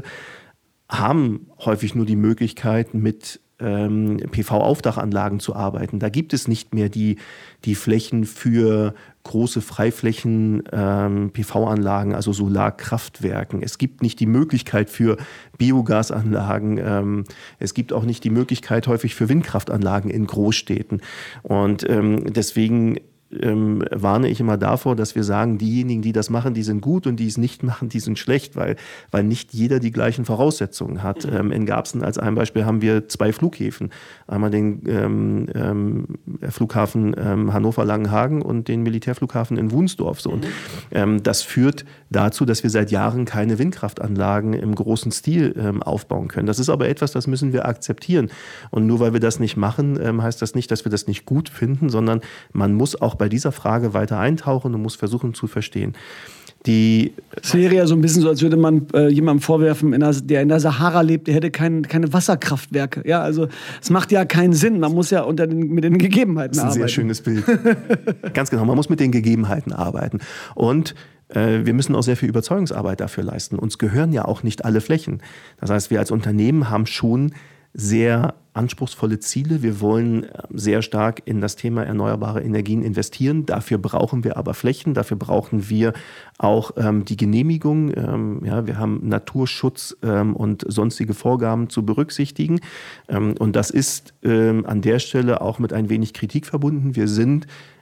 haben häufig nur die Möglichkeit, mit ähm, P V-Aufdachanlagen zu arbeiten. Da gibt es nicht mehr die, die Flächen für große Freiflächen, ähm, P V-Anlagen, also Solarkraftwerken. Es gibt nicht die Möglichkeit für Biogasanlagen. Ähm, es gibt auch nicht die Möglichkeit häufig für Windkraftanlagen in Großstädten. Und ähm, deswegen ähm, warne ich immer davor, dass wir sagen, diejenigen, die das machen, die sind gut und die es nicht machen, die sind schlecht, weil, weil nicht jeder die gleichen Voraussetzungen hat. Ähm, in Garbsen als ein Beispiel haben wir zwei Flughäfen. Einmal den ähm, ähm, Flughafen ähm, Hannover-Langenhagen und den Militärflughafen in Wunsdorf. So. Und, ähm, das führt dazu, dass wir seit Jahren keine Windkraftanlagen im großen Stil ähm, aufbauen können. Das ist aber etwas, das müssen wir akzeptieren. Und nur weil wir das nicht machen, ähm, heißt das nicht, dass wir das nicht gut finden, sondern man muss auch bei dieser Frage weiter eintauchen und muss versuchen zu verstehen. Die Es wäre ja so ein bisschen so, als würde man äh, jemandem vorwerfen, in der, der in der Sahara lebt, der hätte kein, keine Wasserkraftwerke. Ja, also es macht ja keinen Sinn. Man muss ja unter den, mit den Gegebenheiten arbeiten. Das ist ein arbeiten. Sehr schönes Bild. Ganz genau, man muss mit den Gegebenheiten arbeiten. Und äh, wir müssen auch sehr viel Überzeugungsarbeit dafür leisten. Uns gehören ja auch nicht alle Flächen. Das heißt, wir als Unternehmen haben schon sehr anspruchsvolle Ziele. Wir wollen sehr stark in das Thema erneuerbare Energien investieren. Dafür brauchen wir aber Flächen. Dafür brauchen wir auch ähm, die Genehmigung. Ähm, ja, wir haben Naturschutz ähm, und sonstige Vorgaben zu berücksichtigen. Ähm, und das ist ähm, an der Stelle auch mit ein wenig Kritik verbunden. Wir sind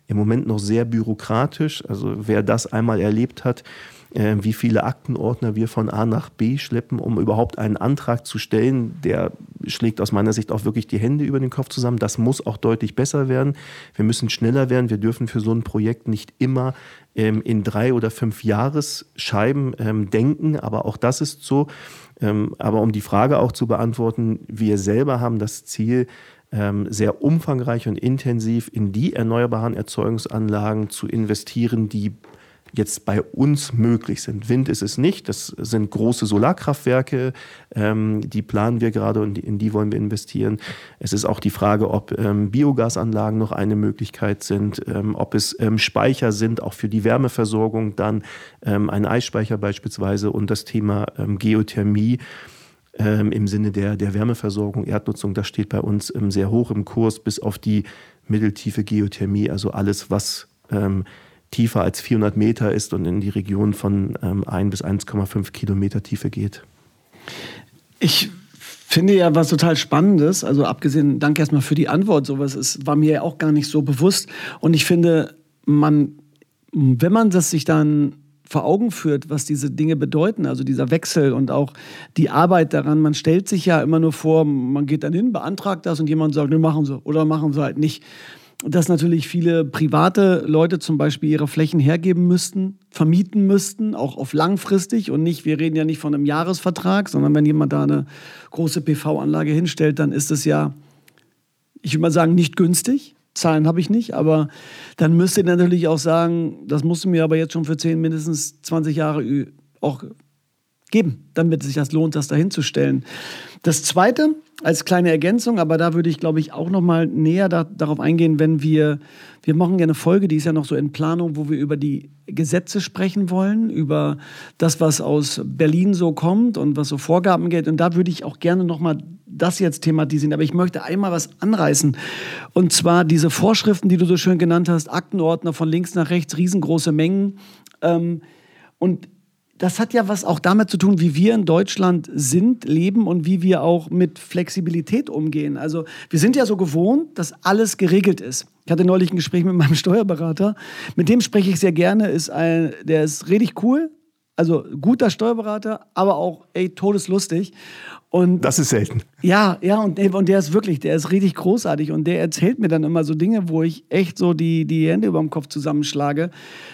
im Moment noch sehr bürokratisch. Also wer das einmal erlebt hat, äh, wie viele Aktenordner wir von A nach B schleppen, um überhaupt einen Antrag zu stellen, der schlägt aus meiner Sicht auch wirklich die Hände über den Kopf zusammen. Das muss auch deutlich besser werden. Wir müssen schneller werden. Wir dürfen für so ein Projekt nicht immer ähm, in drei oder fünf Jahresscheiben ähm, denken, aber auch das ist so. Ähm, aber um die Frage auch zu beantworten, wir selber haben das Ziel, ähm, sehr umfangreich und intensiv in die erneuerbaren Erzeugungsanlagen zu investieren, die jetzt bei uns möglich sind. Wind ist es nicht, das sind große Solarkraftwerke, ähm, die planen wir gerade und in die wollen wir investieren. Es ist auch die Frage, ob ähm, Biogasanlagen noch eine Möglichkeit sind, ähm, ob es ähm, Speicher sind, auch für die Wärmeversorgung, dann ähm, ein Eisspeicher beispielsweise und das Thema ähm, Geothermie ähm, im Sinne der, der Wärmeversorgung, Erdnutzung, das steht bei uns ähm, sehr hoch im Kurs, bis auf die mitteltiefe Geothermie, also alles, was ähm, tiefer als vierhundert Meter ist und in die Region von ähm, ein bis eins Komma fünf Kilometer Tiefe geht. Ich finde ja was total Spannendes, also abgesehen, danke erstmal für die Antwort, sowas ist, war mir ja auch gar nicht so bewusst und ich finde, man, wenn man das sich dann vor Augen führt, was diese Dinge bedeuten, also dieser Wechsel und auch die Arbeit daran, man stellt sich ja immer nur vor, man geht dann hin, beantragt das und jemand sagt, ne, machen Sie oder machen Sie halt nicht. Dass natürlich viele private Leute zum Beispiel ihre Flächen hergeben müssten, vermieten müssten, auch auf langfristig und nicht, wir reden ja nicht von einem Jahresvertrag, sondern wenn jemand da eine große P V-Anlage hinstellt, dann ist es ja, ich würde mal sagen, nicht günstig. Zahlen habe ich nicht, aber dann müsst ihr natürlich auch sagen, das musst du mir aber jetzt schon für zehn, mindestens zwanzig Jahre auch geben, damit sich das lohnt, das dahin zu stellen. Das Zweite, als kleine Ergänzung, aber da würde ich, glaube ich, auch noch mal näher da, darauf eingehen, wenn wir, wir machen ja eine Folge, die ist ja noch so in Planung, wo wir über die Gesetze sprechen wollen, über das, was aus Berlin so kommt und was so Vorgaben geht. Und da würde ich auch gerne noch mal das jetzt thematisieren. Aber ich möchte einmal was anreißen. Und zwar diese Vorschriften, die du so schön genannt hast, Aktenordner von links nach rechts, riesengroße Mengen. Ähm, und das hat ja was auch damit zu tun, wie wir in Deutschland sind, leben und wie wir auch mit Flexibilität umgehen. Also wir sind ja so gewohnt, dass alles geregelt ist. Ich hatte neulich ein Gespräch mit meinem Steuerberater. Mit dem spreche ich sehr gerne. Ist ein, der ist richtig cool. Also guter Steuerberater, aber auch ey, todeslustig. Und das ist selten. Ja, ja, und, und der ist wirklich, der ist richtig großartig. Und der erzählt mir dann immer so Dinge, wo ich echt so die, die Hände über dem Kopf zusammenschlage,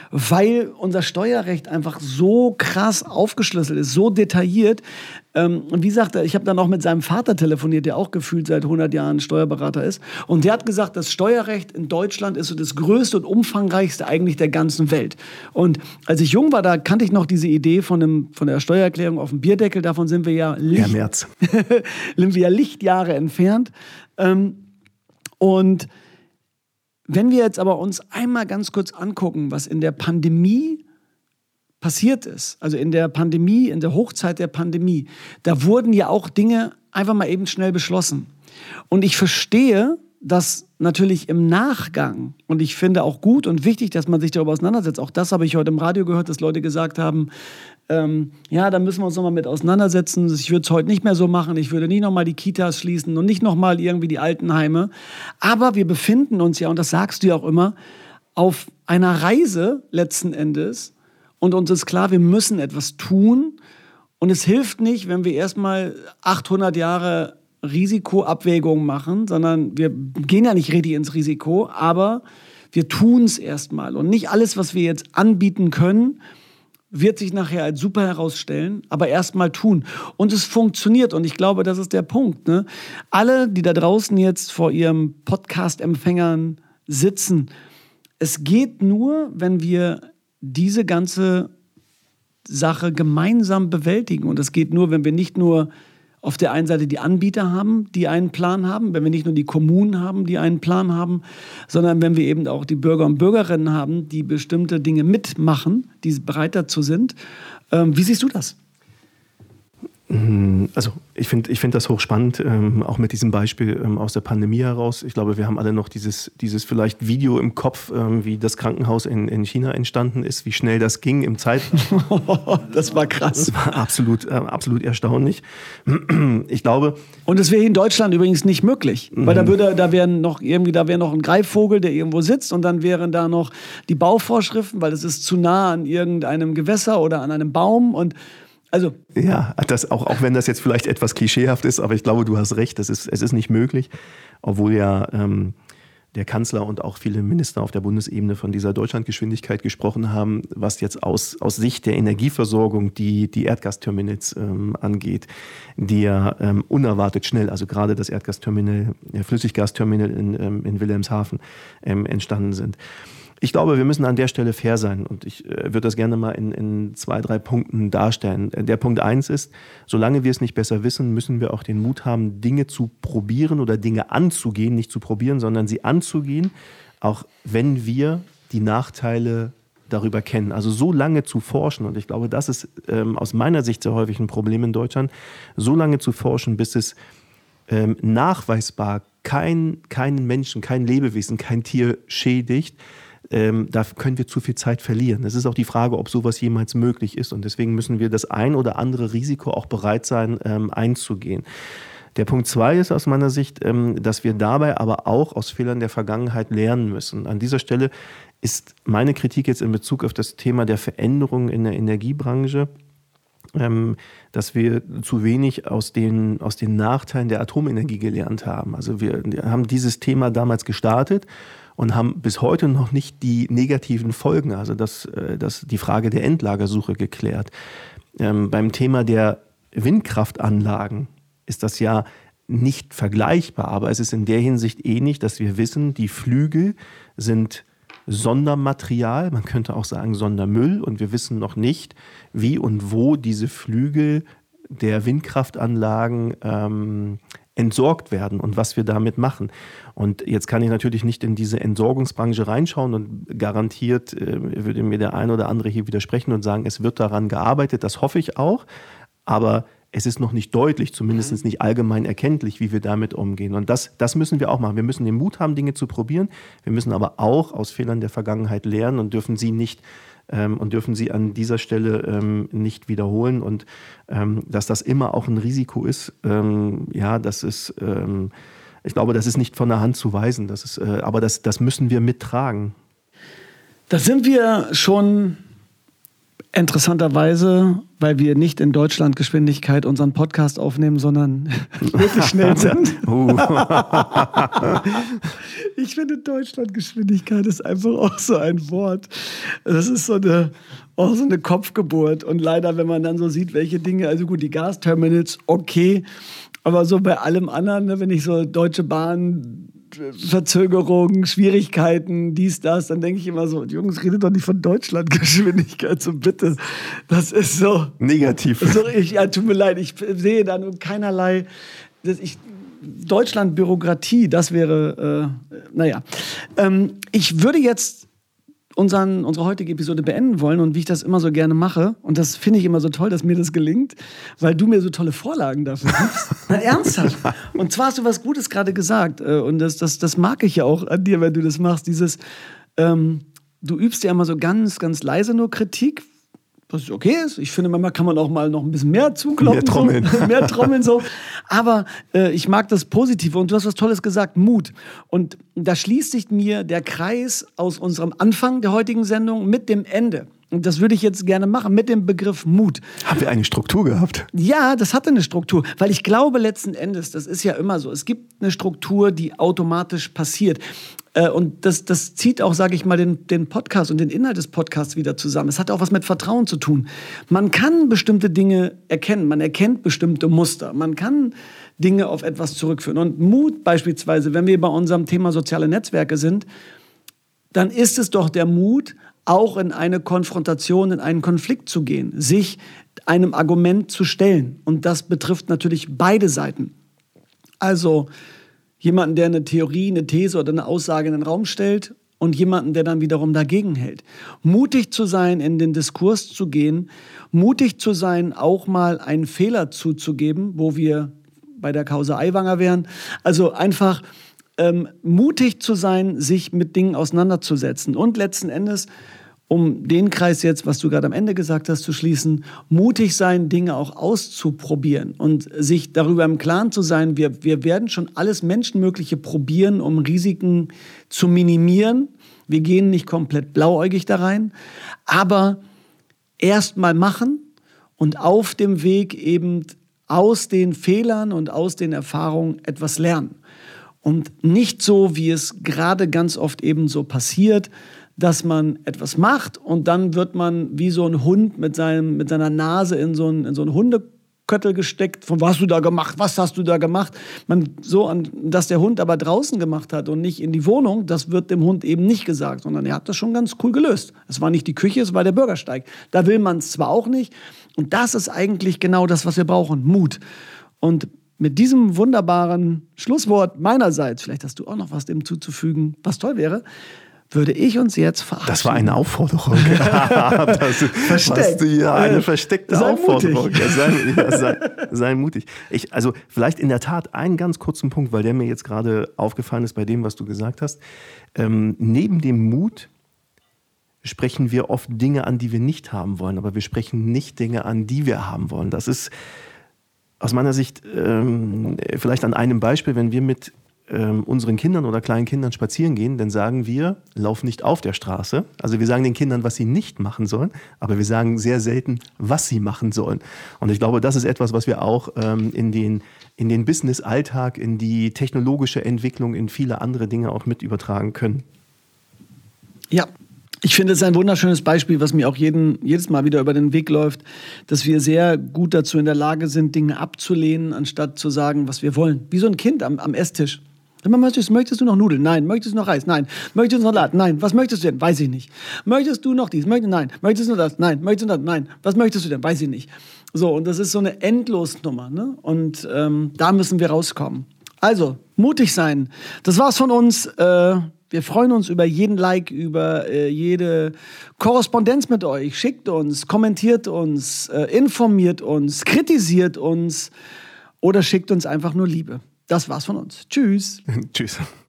weil unser Steuerrecht einfach so krass aufgeschlüsselt ist, so detailliert. Ähm, und wie sagt er, ich habe dann auch mit seinem Vater telefoniert, der auch gefühlt seit hundert Jahren Steuerberater ist. Und der hat gesagt, das Steuerrecht in Deutschland ist so das größte und umfangreichste eigentlich der ganzen Welt. Und als ich jung war, da kannte ich noch diese Idee von, dem, von der Steuererklärung auf dem Bierdeckel. Davon sind wir ja Licht, Herr Merz. sind wir ja Lichtjahre entfernt. Ähm, und wenn wir jetzt aber uns einmal ganz kurz angucken, was in der Pandemie passiert ist, also in der Pandemie, in der Hochzeit der Pandemie, da wurden ja auch Dinge einfach mal eben schnell beschlossen. Und ich verstehe, dass natürlich im Nachgang, und ich finde auch gut und wichtig, dass man sich darüber auseinandersetzt, auch das habe ich heute im Radio gehört, dass Leute gesagt haben, ähm, ja, da müssen wir uns nochmal mit auseinandersetzen, ich würde es heute nicht mehr so machen, ich würde nicht nochmal die Kitas schließen und nicht nochmal irgendwie die Altenheime, aber wir befinden uns ja, und das sagst du ja auch immer, auf einer Reise letzten Endes und uns ist klar, wir müssen etwas tun und es hilft nicht, wenn wir erstmal achthundert Jahre Risikoabwägung machen, sondern wir gehen ja nicht richtig ins Risiko, aber wir tun es erstmal. Und nicht alles, was wir jetzt anbieten können, wird sich nachher als super herausstellen, aber erstmal tun. Und es funktioniert. Und ich glaube, das ist der Punkt. Ne? Alle, die da draußen jetzt vor ihrem Podcast-Empfängern sitzen, es geht nur, wenn wir diese ganze Sache gemeinsam bewältigen. Und es geht nur, wenn wir nicht nur auf der einen Seite die Anbieter haben, die einen Plan haben, wenn wir nicht nur die Kommunen haben, die einen Plan haben, sondern wenn wir eben auch die Bürger und Bürgerinnen haben, die bestimmte Dinge mitmachen, die bereit dazu sind. Ähm, wie siehst du das? Also ich finde ich find das hochspannend, ähm, auch mit diesem Beispiel ähm, aus der Pandemie heraus. Ich glaube, wir haben alle noch dieses, dieses vielleicht Video im Kopf, ähm, wie das Krankenhaus in, in China entstanden ist, wie schnell das ging im Zeitraum. Das war krass. Das war absolut, äh, absolut erstaunlich. Ich glaube... Und es wäre in Deutschland übrigens nicht möglich, weil da würde, da wären noch irgendwie, da wäre noch ein Greifvogel, der irgendwo sitzt, und dann wären da noch die Bauvorschriften, weil es ist zu nah an irgendeinem Gewässer oder an einem Baum, und also ja, das auch, auch wenn das jetzt vielleicht etwas klischeehaft ist, aber ich glaube, du hast recht, das ist, es ist nicht möglich, obwohl ja ähm, der Kanzler und auch viele Minister auf der Bundesebene von dieser Deutschlandgeschwindigkeit gesprochen haben, was jetzt aus, aus Sicht der Energieversorgung die, die Erdgasterminals ähm, angeht, die ja ähm, unerwartet schnell, also gerade das Erdgasterminal, der Flüssiggasterminal in, ähm, in Wilhelmshaven ähm, entstanden sind. Ich glaube, wir müssen an der Stelle fair sein, und ich äh, würde das gerne mal in, in zwei, drei Punkten darstellen. Der Punkt eins ist, solange wir es nicht besser wissen, müssen wir auch den Mut haben, Dinge zu probieren oder Dinge anzugehen, nicht zu probieren, sondern sie anzugehen, auch wenn wir die Nachteile darüber kennen. Also so lange zu forschen, und ich glaube, das ist ähm, aus meiner Sicht sehr häufig ein Problem in Deutschland, so lange zu forschen, bis es ähm, nachweisbar kein, keinen Menschen, kein Lebewesen, kein Tier schädigt. Ähm, da können wir zu viel Zeit verlieren. Es ist auch die Frage, ob sowas jemals möglich ist. Und deswegen müssen wir das ein oder andere Risiko auch bereit sein, ähm, einzugehen. Der Punkt zwei ist aus meiner Sicht, ähm, dass wir dabei aber auch aus Fehlern der Vergangenheit lernen müssen. An dieser Stelle ist meine Kritik jetzt in Bezug auf das Thema der Veränderung in der Energiebranche, ähm, dass wir zu wenig aus den, aus den Nachteilen der Atomenergie gelernt haben. Also wir, wir haben dieses Thema damals gestartet und haben bis heute noch nicht die negativen Folgen, also das, das, die Frage der Endlagersuche geklärt. Ähm, beim Thema der Windkraftanlagen ist das ja nicht vergleichbar, aber es ist in der Hinsicht ähnlich, dass wir wissen, die Flügel sind Sondermaterial, man könnte auch sagen Sondermüll, und wir wissen noch nicht, wie und wo diese Flügel der Windkraftanlagen ähm, entsorgt werden und was wir damit machen. Und jetzt kann ich natürlich nicht in diese Entsorgungsbranche reinschauen, und garantiert äh, würde mir der ein oder andere hier widersprechen und sagen, es wird daran gearbeitet, das hoffe ich auch, aber es ist noch nicht deutlich, zumindest nicht allgemein erkenntlich, wie wir damit umgehen. Und das, das müssen wir auch machen. Wir müssen den Mut haben, Dinge zu probieren. Wir müssen aber auch aus Fehlern der Vergangenheit lernen und dürfen sie nicht ähm, und dürfen sie an dieser Stelle ähm, nicht wiederholen. Und ähm, dass das immer auch ein Risiko ist, ähm, ja, das ist, ähm, ich glaube, das ist nicht von der Hand zu weisen. Das ist, äh, aber das, das müssen wir mittragen. Da sind wir schon interessanterweise, weil wir nicht in Deutschlandgeschwindigkeit unseren Podcast aufnehmen, sondern wirklich schnell sind. Ich finde, Deutschlandgeschwindigkeit ist einfach auch so ein Wort. Das ist so eine, auch so eine Kopfgeburt. Und leider, wenn man dann so sieht, welche Dinge, also gut, die Gasterminals, okay, aber so bei allem anderen, ne, wenn ich so Deutsche Bahn, Verzögerungen, Schwierigkeiten, dies, das, dann denke ich immer so, Jungs, redet doch nicht von Deutschlandgeschwindigkeit, so bitte. Das ist so... Negativ. So, ich, ja, tut mir leid, ich sehe da nur keinerlei... Das, ich, Deutschland-Bürokratie, das wäre... Äh, naja. Ähm, ich würde jetzt unseren, unsere heutige Episode beenden wollen, und wie ich das immer so gerne mache, und das finde ich immer so toll, dass mir das gelingt, weil du mir so tolle Vorlagen dafür gibst. Na, ernsthaft. Und zwar hast du was Gutes gerade gesagt, und das, das, das mag ich ja auch an dir, wenn du das machst, dieses, ähm, du übst ja immer so ganz, ganz leise nur Kritik, was okay ist. Ich finde, manchmal kann man auch mal noch ein bisschen mehr zuklopfen. Mehr trommeln. So, mehr trommeln so. Aber äh, ich mag das Positive. Und du hast was Tolles gesagt, Mut. Und da schließt sich mir der Kreis aus unserem Anfang der heutigen Sendung mit dem Ende. Und das würde ich jetzt gerne machen, mit dem Begriff Mut. Haben wir eine Struktur gehabt? Ja, das hatte eine Struktur. Weil ich glaube letzten Endes, das ist ja immer so, es gibt eine Struktur, die automatisch passiert. Und das, das zieht auch, sage ich mal, den, den Podcast und den Inhalt des Podcasts wieder zusammen. Es hat auch was mit Vertrauen zu tun. Man kann bestimmte Dinge erkennen, man erkennt bestimmte Muster, man kann Dinge auf etwas zurückführen. Und Mut beispielsweise, wenn wir bei unserem Thema soziale Netzwerke sind, dann ist es doch der Mut, auch in eine Konfrontation, in einen Konflikt zu gehen, sich einem Argument zu stellen. Und das betrifft natürlich beide Seiten. Also jemanden, der eine Theorie, eine These oder eine Aussage in den Raum stellt und jemanden, der dann wiederum dagegen hält. Mutig zu sein, in den Diskurs zu gehen, mutig zu sein, auch mal einen Fehler zuzugeben, wo wir bei der Causa Aiwanger wären. Also einfach ähm, mutig zu sein, sich mit Dingen auseinanderzusetzen und letzten Endes, um den Kreis jetzt, was du gerade am Ende gesagt hast, zu schließen, mutig sein, Dinge auch auszuprobieren und sich darüber im Klaren zu sein, wir, wir werden schon alles Menschenmögliche probieren, um Risiken zu minimieren. Wir gehen nicht komplett blauäugig da rein, aber erst mal machen und auf dem Weg eben aus den Fehlern und aus den Erfahrungen etwas lernen. Und nicht so, wie es gerade ganz oft eben so passiert, dass man etwas macht und dann wird man wie so ein Hund mit, seinem, mit seiner Nase in so einen, in so einen Hundeköttel gesteckt. Von was hast du da gemacht? Was hast du da gemacht? Man, so, an, dass der Hund aber draußen gemacht hat und nicht in die Wohnung, das wird dem Hund eben nicht gesagt, sondern er hat das schon ganz cool gelöst. Es war nicht die Küche, es war der Bürgersteig. Da will man es zwar auch nicht. Und das ist eigentlich genau das, was wir brauchen, Mut. Und mit diesem wunderbaren Schlusswort meinerseits, vielleicht hast du auch noch was dem zuzufügen, was toll wäre, würde ich uns jetzt verabschieden. Das war eine Aufforderung. das, Versteckt. Du, ja, eine versteckte sei Aufforderung. Ja, sei, ja, sei, sei mutig. Ich, also vielleicht in der Tat einen ganz kurzen Punkt, weil der mir jetzt gerade aufgefallen ist bei dem, was du gesagt hast. Ähm, neben dem Mut sprechen wir oft Dinge an, die wir nicht haben wollen, aber wir sprechen nicht Dinge an, die wir haben wollen. Das ist aus meiner Sicht ähm, vielleicht an einem Beispiel, wenn wir mit unseren Kindern oder kleinen Kindern spazieren gehen, dann sagen wir, lauf nicht auf der Straße. Also wir sagen den Kindern, was sie nicht machen sollen, aber wir sagen sehr selten, was sie machen sollen. Und ich glaube, das ist etwas, was wir auch ähm, in den, in den Business-Alltag, in die technologische Entwicklung, in viele andere Dinge auch mit übertragen können. Ja. Ich finde, es ist ein wunderschönes Beispiel, was mir auch jeden, jedes Mal wieder über den Weg läuft, dass wir sehr gut dazu in der Lage sind, Dinge abzulehnen, anstatt zu sagen, was wir wollen. Wie so ein Kind am, am Esstisch. Möchtest, möchtest du noch Nudeln? Nein. Möchtest du noch Reis? Nein. Möchtest du noch Salat? Nein. Was möchtest du denn? Weiß ich nicht. Möchtest du noch dies? Möchtest, nein. Möchtest du noch das? Nein. Möchtest du das? Nein. Was möchtest du denn? Weiß ich nicht. So, und das ist so eine Endlosnummer, ne? Und ähm, da müssen wir rauskommen. Also, mutig sein. Das war's von uns. Äh, wir freuen uns über jeden Like, über äh, jede Korrespondenz mit euch. Schickt uns, kommentiert uns, äh, informiert uns, kritisiert uns oder schickt uns einfach nur Liebe. Das war's von uns. Tschüss. Tschüss.